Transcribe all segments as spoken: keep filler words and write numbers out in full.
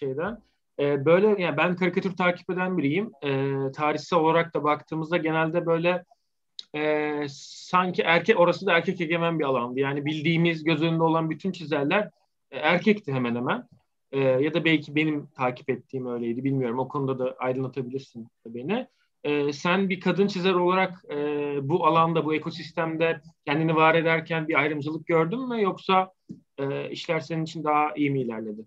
şeyden. E, böyle yani ben karikatür takip eden biriyim. E, tarihsel olarak da baktığımızda genelde böyle e, sanki erkek orası da erkek egemen bir alandı. Yani bildiğimiz göz önünde olan bütün çizerler e, erkekti hemen hemen. E, ya da belki benim takip ettiğim öyleydi bilmiyorum. O konuda da aydınlatabilirsin beni. E, sen bir kadın çizer olarak e, bu alanda, bu ekosistemde kendini var ederken bir ayrımcılık gördün mü? Yoksa e, işler senin için daha iyi mi ilerledi?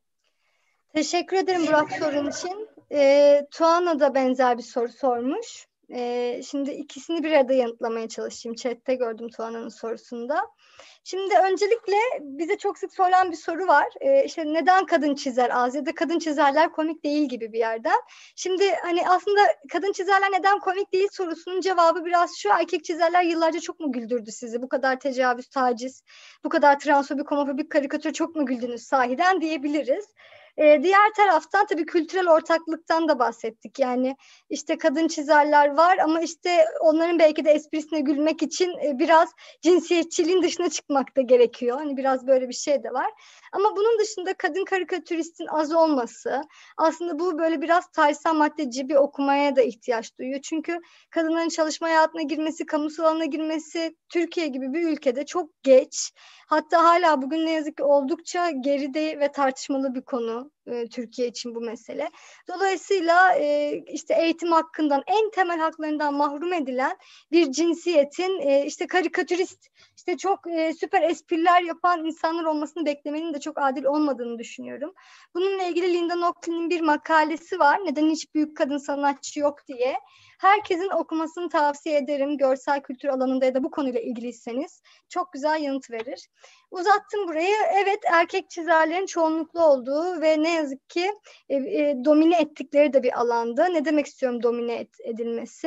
Teşekkür ederim Burak sorun için. E, Tuana da benzer bir soru sormuş. E, şimdi ikisini bir arada yanıtlamaya çalışayım. Chat'te gördüm Tuana'nın sorusunda. Şimdi öncelikle bize çok sık sorulan bir soru var. Ee, işte neden kadın çizer az ya da kadın çizerler komik değil gibi bir yerden. Şimdi hani aslında kadın çizerler neden komik değil sorusunun cevabı biraz şu: erkek çizerler yıllarca çok mu güldürdü sizi? Bu kadar tecavüz, taciz, bu kadar transfobik, homofobik karikatür çok mu güldünüz sahiden diyebiliriz. Ee, diğer taraftan tabii kültürel ortaklıktan da bahsettik. Yani işte kadın çizerler var ama işte onların belki de esprisine gülmek için e, biraz cinsiyetçiliğin dışına çıkmak da gerekiyor. Hani biraz böyle bir şey de var. Ama bunun dışında kadın karikatüristin az olması, aslında bu böyle biraz tarihsel maddeci bir okumaya da ihtiyaç duyuyor. Çünkü kadınların çalışma hayatına girmesi, kamusal alana girmesi Türkiye gibi bir ülkede çok geç. Hatta hala bugün ne yazık ki oldukça geride ve tartışmalı bir konu e, Türkiye için bu mesele. Dolayısıyla e, işte eğitim hakkından, en temel haklarından mahrum edilen bir cinsiyetin e, işte karikatürist, işte çok e, süper espriler yapan insanlar olmasını beklemenin de çok adil olmadığını düşünüyorum. Bununla ilgili Linda Nochlin bir makalesi var. Neden hiç büyük kadın sanatçı yok diye. Herkesin okumasını tavsiye ederim. Görsel kültür alanında ya da bu konuyla ilgiliyseniz çok güzel yanıt verir. Uzattım burayı. Evet, erkek çizerlerin çoğunluklu olduğu ve ne yazık ki e, e, domine ettikleri de bir alanda. Ne demek istiyorum domine et, edilmesi?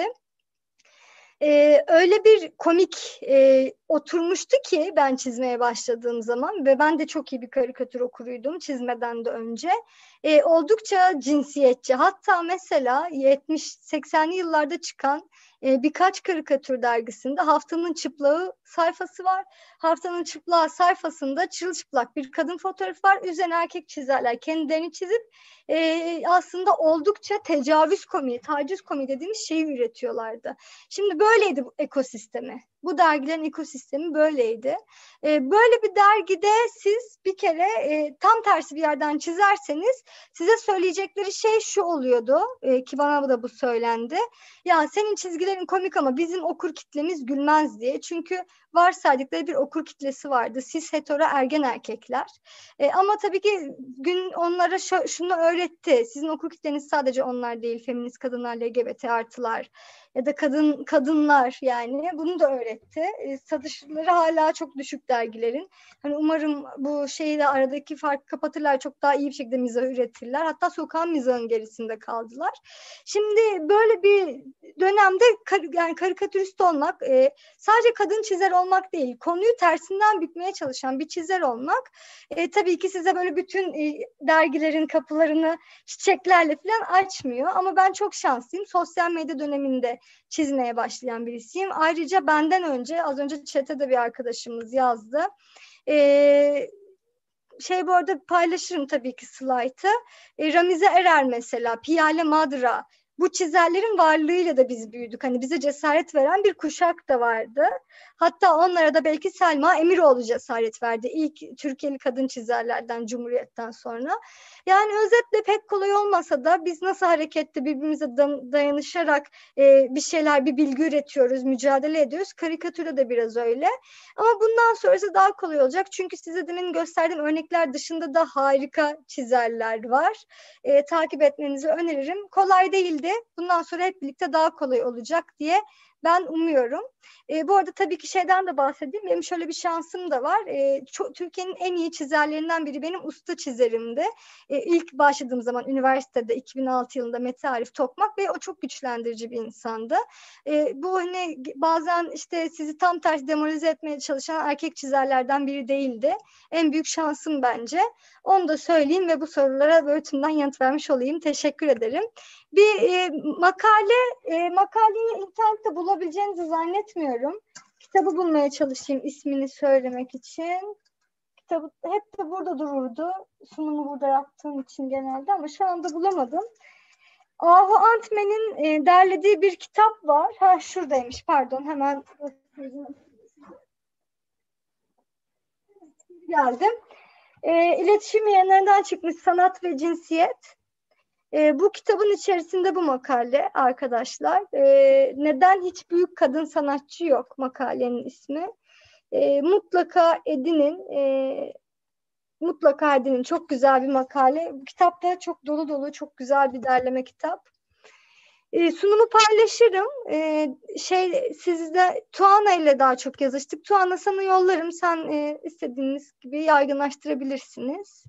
Ee, öyle bir komik e, oturmuştu ki ben çizmeye başladığım zaman, ve ben de çok iyi bir karikatür okuruydum çizmeden de önce. Ee, oldukça cinsiyetçi. Hatta mesela yetmiş seksenli yıllarda çıkan e, birkaç karikatür dergisinde Haftanın Çıplağı sayfası var. Haftanın Çıplağı sayfasında çırılçıplak bir kadın fotoğrafı var. Üzerine erkek çizerler kendilerini çizip e, aslında oldukça tecavüz komiği, taciz komiği dediğimiz şeyi üretiyorlardı. Şimdi böyleydi bu ekosistemi. Bu dergilerin ekosistemi böyleydi. E, böyle bir dergide siz bir kere e, tam tersi bir yerden çizerseniz size söyleyecekleri şey şu oluyordu e, ki bana da bu söylendi. Ya senin çizgilerin komik ama bizim okur kitlemiz gülmez diye. Çünkü varsaydıkları bir okur kitlesi vardı. Siz hetero ergen erkekler. E, ama tabii ki gün onlara şu, şunu öğretti. Sizin okur kitleniz sadece onlar değil. Feminist kadınlar, L G B T artılar ya da kadın kadınlar, yani bunu da öğretti. E, satışları hala çok düşük dergilerin. Hani umarım bu şeyle aradaki farkı kapatırlar, çok daha iyi bir şekilde mizah üretirler. Hatta sokağın mizahın gerisinde kaldılar. Şimdi böyle bir dönemde kar, yani karikatürist olmak e, sadece kadın çizer olmak değil, konuyu tersinden bükmeye çalışan bir çizer olmak e, tabii ki size böyle bütün e, dergilerin kapılarını çiçeklerle falan açmıyor. Ama ben çok şanslıyım. Sosyal medya döneminde çizmeye başlayan birisiyim. Ayrıca benden önce, az önce chat'e de bir arkadaşımız yazdı. Ee, şey bu arada paylaşırım tabii ki slaytı. E, Ramize Erer mesela, Piyale Madra. Bu çizerlerin varlığıyla da biz büyüdük. Hani bize cesaret veren bir kuşak da vardı. Hatta onlara da belki Selma Emiroğlu cesaret verdi. İlk Türkiye'li kadın çizerlerden Cumhuriyet'ten sonra. Yani özetle pek kolay olmasa da biz nasıl harekette birbirimize dayanışarak e, bir şeyler, bir bilgi üretiyoruz, mücadele ediyoruz. Karikatürde de biraz öyle. Ama bundan sonrası daha kolay olacak. Çünkü size demin gösterdiğim örnekler dışında da harika çizerler var. E, takip etmenizi öneririm. Kolay değildi. Bundan sonra hep birlikte daha kolay olacak diye ben umuyorum. E, bu arada tabii ki şeyden de bahsedeyim. Benim şöyle bir şansım da var. E, Türkiye'nin en iyi çizerlerinden biri benim usta çizerimdi. E, ilk başladığım zaman üniversitede iki bin altı yılında Mete Arif Tokmak, ve o çok güçlendirici bir insandı. E, bu hani bazen işte sizi tam tersi demoralize etmeye çalışan erkek çizerlerden biri değildi. En büyük şansım bence. Onu da söyleyeyim ve bu sorulara böyle tümden yanıt vermiş olayım. Teşekkür ederim. Bir e, makale, e, makaleyi internette bulabileceğinizi zannetmiyorum. Kitabı bulmaya çalışayım ismini söylemek için. kitabı hep de burada dururdu. Sunumu burada yaptığım için genelde ama şu anda bulamadım. Ahu Antmen'in e, derlediği bir kitap var. Ha şuradaymış pardon hemen geldim. E, İletişim Yayınları'ndan çıkmış Sanat ve Cinsiyet. E, bu kitabın içerisinde bu makale arkadaşlar. E, neden hiç büyük kadın sanatçı yok makalenin ismi. E, mutlaka edinin. E, mutlaka edinin. Çok güzel bir makale. Bu kitap da çok dolu dolu, çok güzel bir derleme kitap. E, sunumu paylaşırım. E, şey sizde Tuana ile daha çok yazıştık. Tuana sana yollarım. Sen e, istediğiniz gibi yaygınlaştırabilirsiniz.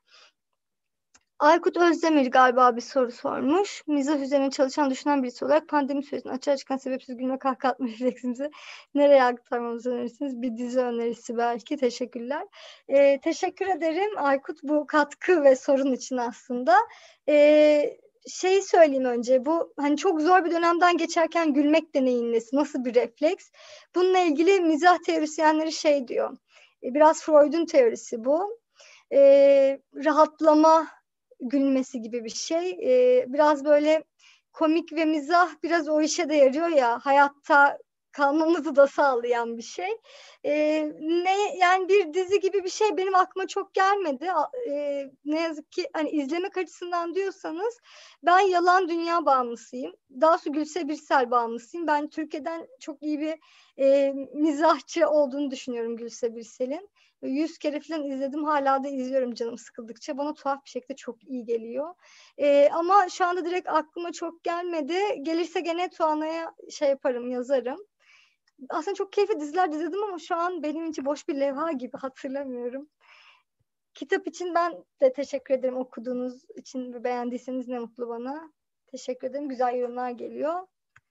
Aykut Özdemir galiba bir soru sormuş. Mizah üzerine çalışan, düşünen birisi olarak pandemi sürecinde açığa çıkan sebepsiz gülme kahkaha atma refleksimizi nereye aktarmamızı önerirsiniz? Bir dizi önerisi belki. Teşekkürler. Ee, teşekkür ederim Aykut bu katkı ve sorun için aslında. Ee, şeyi söyleyeyim önce. Bu hani çok zor bir dönemden geçerken gülmek deneyin nesi? Nasıl bir refleks? Bununla ilgili mizah teorisyenleri şey diyor. Biraz Freud'un teorisi bu. Ee, rahatlama gülmesi gibi bir şey. Ee, biraz böyle komik ve mizah biraz o işe de yarıyor ya. Hayatta kalmamızı da sağlayan bir şey. Ee, ne yani bir dizi gibi bir şey benim aklıma çok gelmedi. Ee, ne yazık ki hani izlemek açısından diyorsanız ben Yalan Dünya bağımlısıyım. Daha sonra Gülse Birsel bağımlısıyım. Ben Türkiye'den çok iyi bir e, mizahçı olduğunu düşünüyorum Gülse Birsel'in. Yüz kere falan izledim. Hala da izliyorum canım sıkıldıkça. Bana tuhaf bir şekilde çok iyi geliyor. Ee, ama şu anda direkt aklıma çok gelmedi. Gelirse gene Tuana'ya şey yaparım, yazarım. Aslında çok keyifli diziler izledim ama şu an benim için boş bir levha gibi hatırlamıyorum. Kitap için ben de teşekkür ederim okuduğunuz için ve beğendiyseniz ne mutlu bana. Teşekkür ederim. Güzel yorumlar geliyor.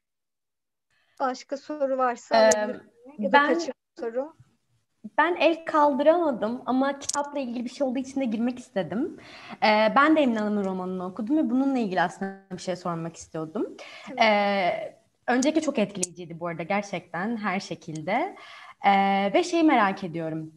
Başka soru varsa Ee, alabilirim. Ya da ben kaçırdım soru. Ben el kaldıramadım ama kitapla ilgili bir şey olduğu için de girmek istedim. Ee, ben de Emine Hanım'ın romanını okudum ve bununla ilgili aslında bir şey sormak istiyordum. Ee, öncelikle çok etkileyiciydi bu arada gerçekten her şekilde. Ee, ve şeyi merak ediyorum.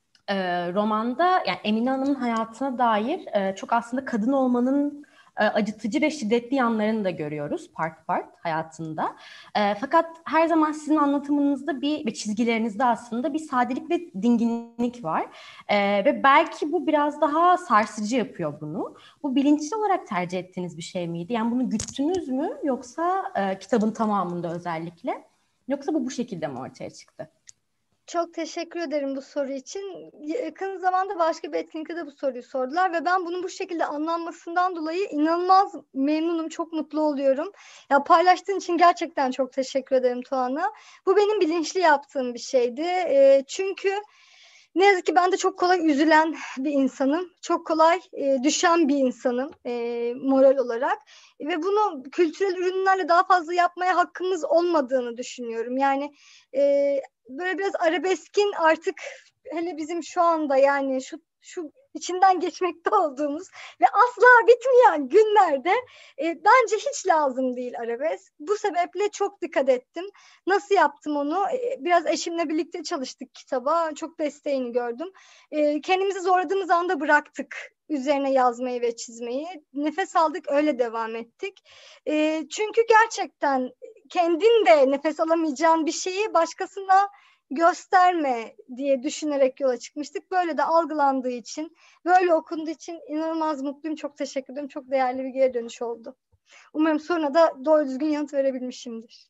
Ee, romanda yani Emine Hanım'ın hayatına dair e, çok aslında kadın olmanın e, acıtıcı ve şiddetli yanlarını da görüyoruz part part hayatında. E, fakat her zaman sizin anlatımınızda bir ve çizgilerinizde aslında bir sadelik ve dinginlik var. E, ve belki bu biraz daha sarsıcı yapıyor bunu. Bu bilinçli olarak tercih ettiğiniz bir şey miydi? Yani bunu güttünüz mü yoksa e, kitabın tamamında özellikle? Yoksa bu bu şekilde mi ortaya çıktı? Çok teşekkür ederim bu soru için. Yakın zamanda başka bir etkinlikte de bu soruyu sordular ve ben bunun bu şekilde anlanmasından dolayı inanılmaz memnunum, çok mutlu oluyorum. Ya paylaştığın için gerçekten çok teşekkür ederim Tuana. Bu benim bilinçli yaptığım bir şeydi. E, çünkü ne yazık ki ben de çok kolay üzülen bir insanım. Çok kolay e, düşen bir insanım e, moral olarak. Ve bunu kültürel ürünlerle daha fazla yapmaya hakkımız olmadığını düşünüyorum. Yani e, böyle biraz arabeskin artık hele bizim şu anda yani şu şu içinden geçmekte olduğumuz ve asla bitmeyen günlerde e, bence hiç lazım değil arabesk. Bu sebeple çok dikkat ettim. Nasıl yaptım onu? E, biraz eşimle birlikte çalıştık kitaba. Çok desteğini gördüm. E, kendimizi zorladığımız anda bıraktık üzerine yazmayı ve çizmeyi. Nefes aldık, öyle devam ettik. E, çünkü gerçekten kendin de nefes alamayacağın bir şeyi başkasına gösterme diye düşünerek yola çıkmıştık. Böyle de algılandığı için, böyle okunduğu için inanılmaz mutluyum. Çok teşekkür ederim. Çok değerli bir geri dönüş oldu. Umarım sonra da doğru düzgün yanıt verebilmişimdir.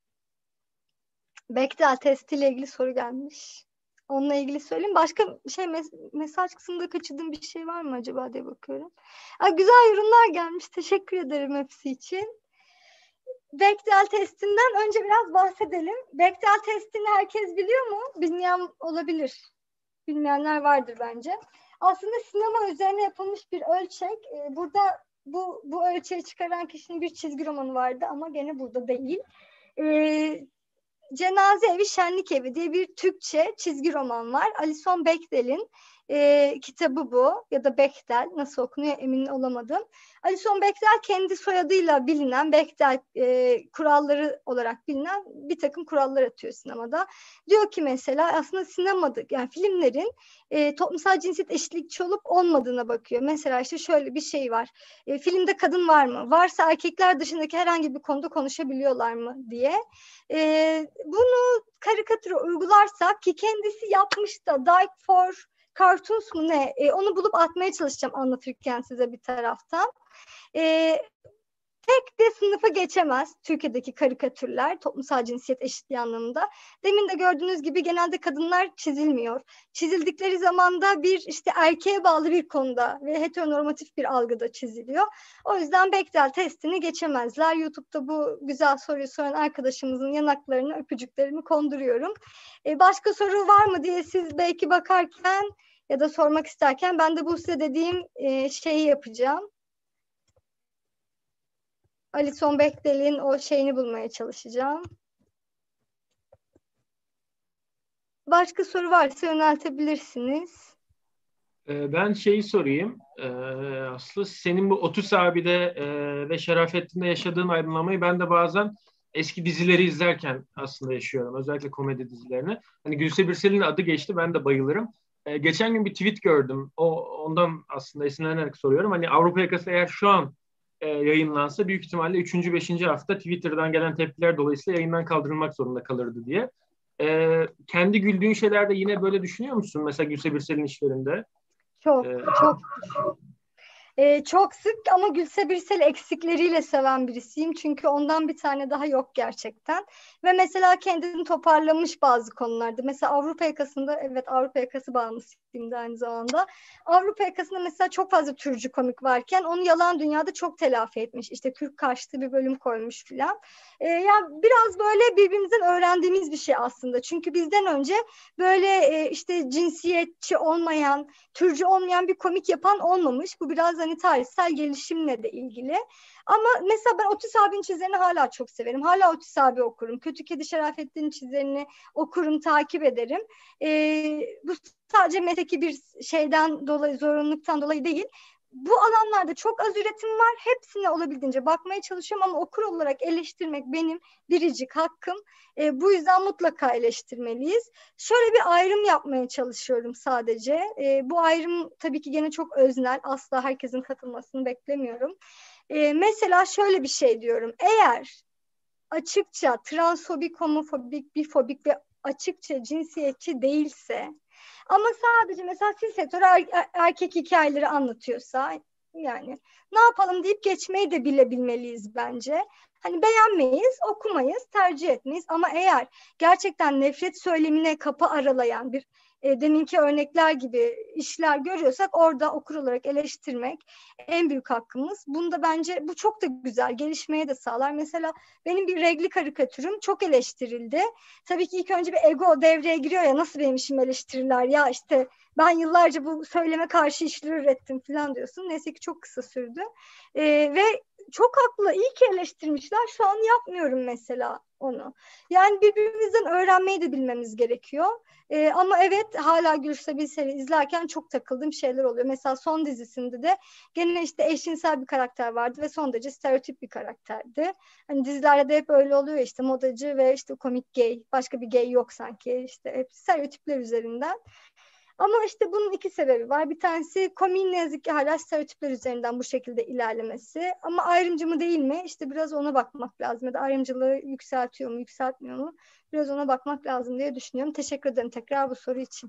Bechdel testiyle ilgili soru gelmiş. Onunla ilgili söyleyeyim. Başka şey mes- mesaj kısmında kaçırdığım bir şey var mı acaba diye bakıyorum. Aa, güzel yorumlar gelmiş. Teşekkür ederim hepsi için. Bechdel testinden önce biraz bahsedelim. Bechdel testini herkes biliyor mu? Bilmeyen olabilir. Bilmeyenler vardır bence. Aslında sinema üzerine yapılmış bir ölçek. Burada bu bu ölçeği çıkaran kişinin bir çizgi romanı vardı ama gene burada değil. Ee, Cenaze Evi, Şenlik Evi diye bir Türkçe çizgi roman var. Alison Bechdel'in E, kitabı bu ya da Bechdel, nasıl okunuyor emin olamadım. Alison Bechdel kendi soyadıyla bilinen, Bechdel e, kuralları olarak bilinen bir takım kurallar atıyor sinemada. Diyor ki mesela aslında sinemada, yani filmlerin e, toplumsal cinsiyet eşitlikçi olup olmadığına bakıyor. Mesela işte şöyle bir şey var. E, filmde kadın var mı? Varsa erkekler dışındaki herhangi bir konuda konuşabiliyorlar mı diye. E, bunu karikatüre uygularsak, ki kendisi yapmış da, Dyke for Cartoons mu ne? E, onu bulup atmaya çalışacağım anlatırken size bir taraftan. E, Tek de sınıfı geçemez Türkiye'deki karikatürler toplumsal cinsiyet eşitliği anlamında. Demin de gördüğünüz gibi genelde kadınlar çizilmiyor. Çizildikleri zaman da bir işte erkeğe bağlı bir konuda ve heteronormatif bir algıda çiziliyor. O yüzden Bechdel testini geçemezler. YouTube'da bu güzel soruyu soran arkadaşımızın yanaklarına öpücüklerimi konduruyorum. Ee, başka soru var mı diye siz belki bakarken ya da sormak isterken ben de bu size dediğim e, şeyi yapacağım. Alison Bechdel'in o şeyini bulmaya çalışacağım. Başka soru varsa yöneltebilirsiniz. Ben şeyi sorayım. Aslı senin bu Otus abi'de ve Şerafettin'de yaşadığın aydınlamayı ben de bazen eski dizileri izlerken aslında yaşıyorum. Özellikle komedi dizilerini. Hani Gülse Birsel'in adı geçti. Ben de bayılırım. Geçen gün bir tweet gördüm. O ondan aslında esinlenerek soruyorum. Hani Avrupa Yakası eğer şu an yayınlansa büyük ihtimalle üçüncü beşinci hafta Twitter'dan gelen tepkiler dolayısıyla yayından kaldırılmak zorunda kalırdı diye. Kendi güldüğün şeylerde yine böyle düşünüyor musun? Mesela Gülse Birsel'in işlerinde. Çok, Ee, çok. Ee, çok sık ama Gülse Birsel eksikleriyle seven birisiyim. Çünkü ondan bir tane daha yok gerçekten. Ve mesela kendini toparlamış bazı konularda. Mesela Avrupa Yakası'nda, evet Avrupa Yakası bağımlısıyım da aynı zamanda. Avrupa Yakası'nda mesela çok fazla türcü komik varken onu Yalan Dünya'da çok telafi etmiş. İşte Türk karşıtı bir bölüm koymuş filan. Ee, yani biraz böyle birbirimizden öğrendiğimiz bir şey aslında. Çünkü bizden önce böyle e, işte cinsiyetçi olmayan, türcü olmayan bir komik yapan olmamış. Bu biraz hani tarihsel gelişimle de ilgili. Ama mesela ben Otis abinin çizerini hala çok severim. Hala Otis abi okurum. Kötü Kedi Şerafettin'in çizerini okurum, takip ederim. Ee, bu sadece mesleki bir şeyden dolayı, zorunluluktan dolayı değil. Bu alanlarda çok az üretim var. Hepsine olabildiğince bakmaya çalışıyorum ama okur olarak eleştirmek benim biricik hakkım. E, bu yüzden mutlaka eleştirmeliyiz. Şöyle bir ayrım yapmaya çalışıyorum sadece. E, bu ayrım tabii ki gene çok öznel. Asla herkesin katılmasını beklemiyorum. E, mesela şöyle bir şey diyorum. Eğer açıkça transfobik, homofobik, bifobik ve açıkça cinsiyetçi değilse ama sadece mesela cis hetero er, erkek hikayeleri anlatıyorsa, yani ne yapalım deyip geçmeyi de bilebilmeliyiz bence. Hani beğenmeyiz, okumayız, tercih etmeyiz ama eğer gerçekten nefret söylemine kapı aralayan bir e, deminki örnekler gibi işler görüyorsak orada okur olarak eleştirmek en büyük hakkımız. Bunda bence bu çok da güzel, gelişmeye de sağlar. Mesela benim bir regli karikatürüm çok eleştirildi. Tabii ki ilk önce bir ego devreye giriyor ya, nasıl benim işim eleştirirler ya, işte ben yıllarca bu söyleme karşı işler ürettim falan diyorsun. Neyse ki çok kısa sürdü. Ee, ve çok haklı, iyi ki eleştirmişler. Şu an yapmıyorum mesela onu. Yani birbirimizden öğrenmeyi de bilmemiz gerekiyor. Ee, ama evet, hala Gülse Birsel'i izlerken çok takıldığım şeyler oluyor. Mesela son dizisinde de gene işte eşcinsel bir karakter vardı ve son derece stereotip bir karakterdi. Hani dizilerde de hep öyle oluyor, işte modacı ve işte komik gay. Başka bir gay yok sanki. İşte hep stereotipler üzerinden. Ama işte bunun iki sebebi var. Bir tanesi komiğin ne yazık ki hala stereotipler üzerinden bu şekilde ilerlemesi. Ama ayrımcı mı değil mi? İşte biraz ona bakmak lazım. Ya da ayrımcılığı yükseltiyor mu, yükseltmiyor mu? Biraz ona bakmak lazım diye düşünüyorum. Teşekkür ederim tekrar bu soru için.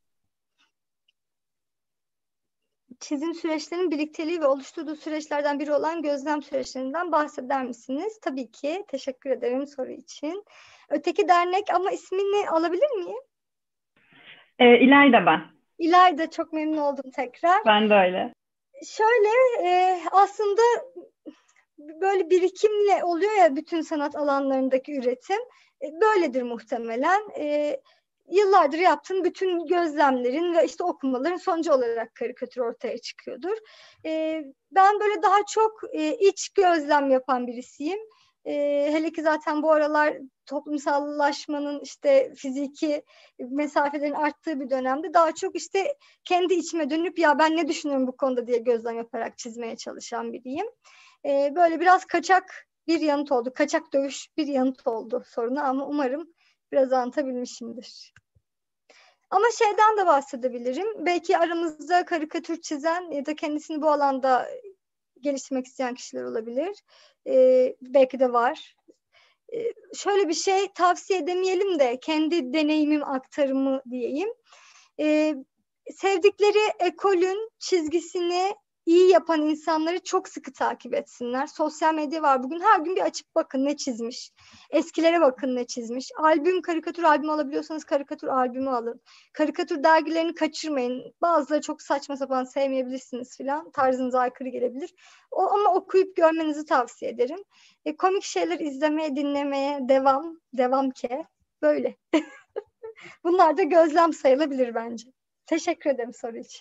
Çizim süreçlerinin birlikteliği ve oluşturduğu süreçlerden biri olan gözlem süreçlerinden bahseder misiniz? Tabii ki. Teşekkür ederim soru için. Öteki dernek, ama ismini alabilir miyim? E, İlayda ben. İlayda, çok memnun oldum tekrar. Ben de öyle. Şöyle e, aslında böyle birikimle oluyor ya bütün sanat alanlarındaki üretim. E, böyledir muhtemelen. E, yıllardır yaptığın bütün gözlemlerin ve işte okumaların sonucu olarak karikatür ortaya çıkıyordur. E, ben böyle daha çok e, iç gözlem yapan birisiyim. E, hele ki zaten bu aralar toplumsallaşmanın işte fiziki mesafelerin arttığı bir dönemde daha çok işte kendi içime dönüp ya ben ne düşünüyorum bu konuda diye gözlem yaparak çizmeye çalışan biriyim. E, böyle biraz kaçak bir yanıt oldu. Kaçak dövüş bir yanıt oldu soruna ama umarım biraz anlatabilmişimdir. Ama şeyden de bahsedebilirim. Belki aramızda karikatür çizen ya da kendisini bu alanda geliştirmek isteyen kişiler olabilir. Ee, belki de var. Ee, şöyle bir şey tavsiye edemeyelim de kendi deneyimim aktarımı diyeyim. Ee, sevdikleri ekolün çizgisini iyi yapan insanları çok sıkı takip etsinler. Sosyal medya var bugün. Her gün bir açıp bakın ne çizmiş. Eskilere bakın ne çizmiş. Albüm, karikatür albümü alabiliyorsanız karikatür albümü alın. Karikatür dergilerini kaçırmayın. Bazıları çok saçma sapan sevmeyebilirsiniz filan. Tarzınıza aykırı gelebilir. O, ama okuyup görmenizi tavsiye ederim. E, komik şeyler izlemeye, dinlemeye devam. Devam ki. Böyle. Bunlar da gözlem sayılabilir bence. Teşekkür ederim soru için.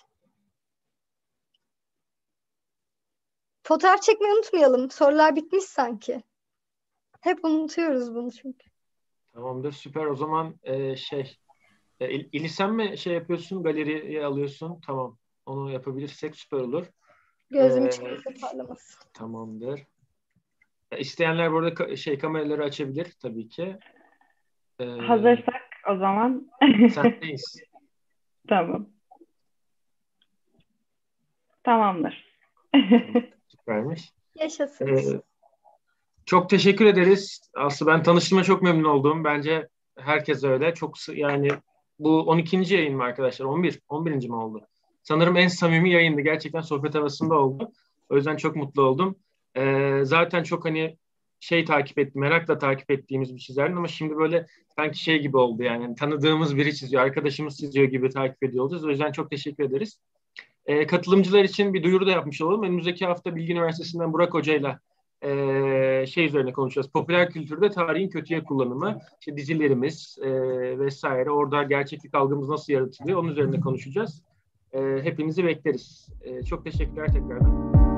Fotoğraf çekmeyi unutmayalım. Sorular bitmiş sanki. Hep unutuyoruz bunu çünkü. Tamamdır, süper. O zaman e, şey, e, İl- İli sen mi şey yapıyorsun, galeriye alıyorsun? Tamam, onu yapabilirsek süper olur. Gözüm Ee, hiç kimse parlamasın. Tamamdır. E, İsteyenler burada ka- şey kameraları açabilir tabii ki. Ee, Hazırsak o zaman. Sendeyiz. Tamam. Tamamdır. Süpermiş. Yaşasın. Ee, Çok teşekkür ederiz. Aslı ben tanıştığıma çok memnun oldum. Bence herkes öyle. Çok sı- yani bu on ikinci yayın mı arkadaşlar? on bir, on birinci mi oldu? Sanırım en samimi yayındı. Gerçekten sohbet havasında oldu. O yüzden çok mutlu oldum. Ee, zaten çok hani şey takip ettim, merakla takip ettiğimiz bir çizerdim ama şimdi böyle sanki şey gibi oldu yani tanıdığımız biri çiziyor, arkadaşımız çiziyor gibi takip ediyor olacağız. O yüzden çok teşekkür ederiz. Ee, katılımcılar için bir duyuru da yapmış olalım. Önümüzdeki hafta Bilgi Üniversitesi'nden Burak Hoca'yla e, şey üzerine konuşacağız. Popüler kültürde tarihin kötüye kullanımı, işte dizilerimiz e, vesaire. Orada gerçeklik algımız nasıl yaratılıyor? Onun üzerine konuşacağız. E, hepinizi bekleriz. E, çok teşekkürler tekrardan.